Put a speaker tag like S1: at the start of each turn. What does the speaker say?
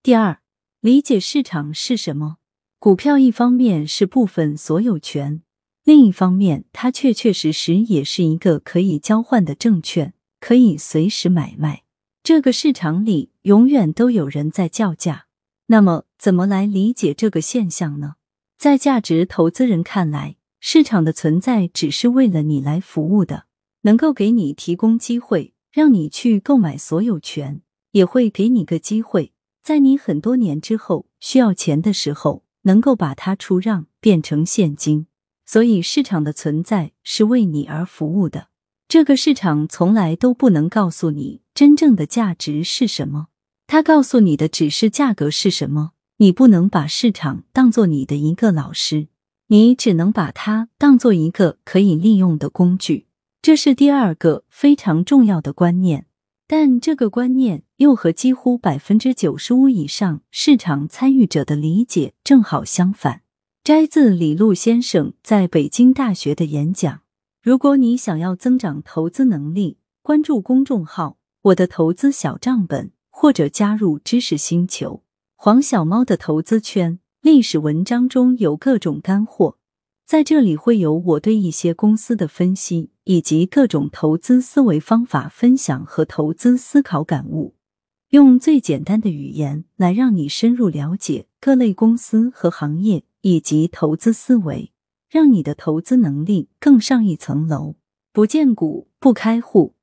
S1: 第二，理解市场是什么。股票一方面是部分所有权，另一方面它确确实实也是一个可以交换的证券，可以随时买卖。这个市场里永远都有人在叫价。那么怎么来理解这个现象呢？在价值投资人看来，市场的存在只是为了你来服务的，能够给你提供机会，让你去购买所有权，也会给你个机会，在你很多年之后需要钱的时候，能够把它出让变成现金。所以市场的存在是为你而服务的。这个市场从来都不能告诉你真正的价值是什么，它告诉你的只是价格是什么。你不能把市场当作你的一个老师，你只能把它当作一个可以利用的工具。这是第二个非常重要的观念，但这个观念又和几乎 95% 以上市场参与者的理解正好相反。摘自李路先生在北京大学的演讲。如果你想要增长投资能力，关注公众号我的投资小账本，或者加入知识星球黄小猫的投资圈，历史文章中有各种干货，在这里会有我对一些公司的分析，以及各种投资思维方法分享和投资思考感悟，用最简单的语言来让你深入了解各类公司和行业以及投资思维，让你的投资能力更上一层楼。不见股不开户，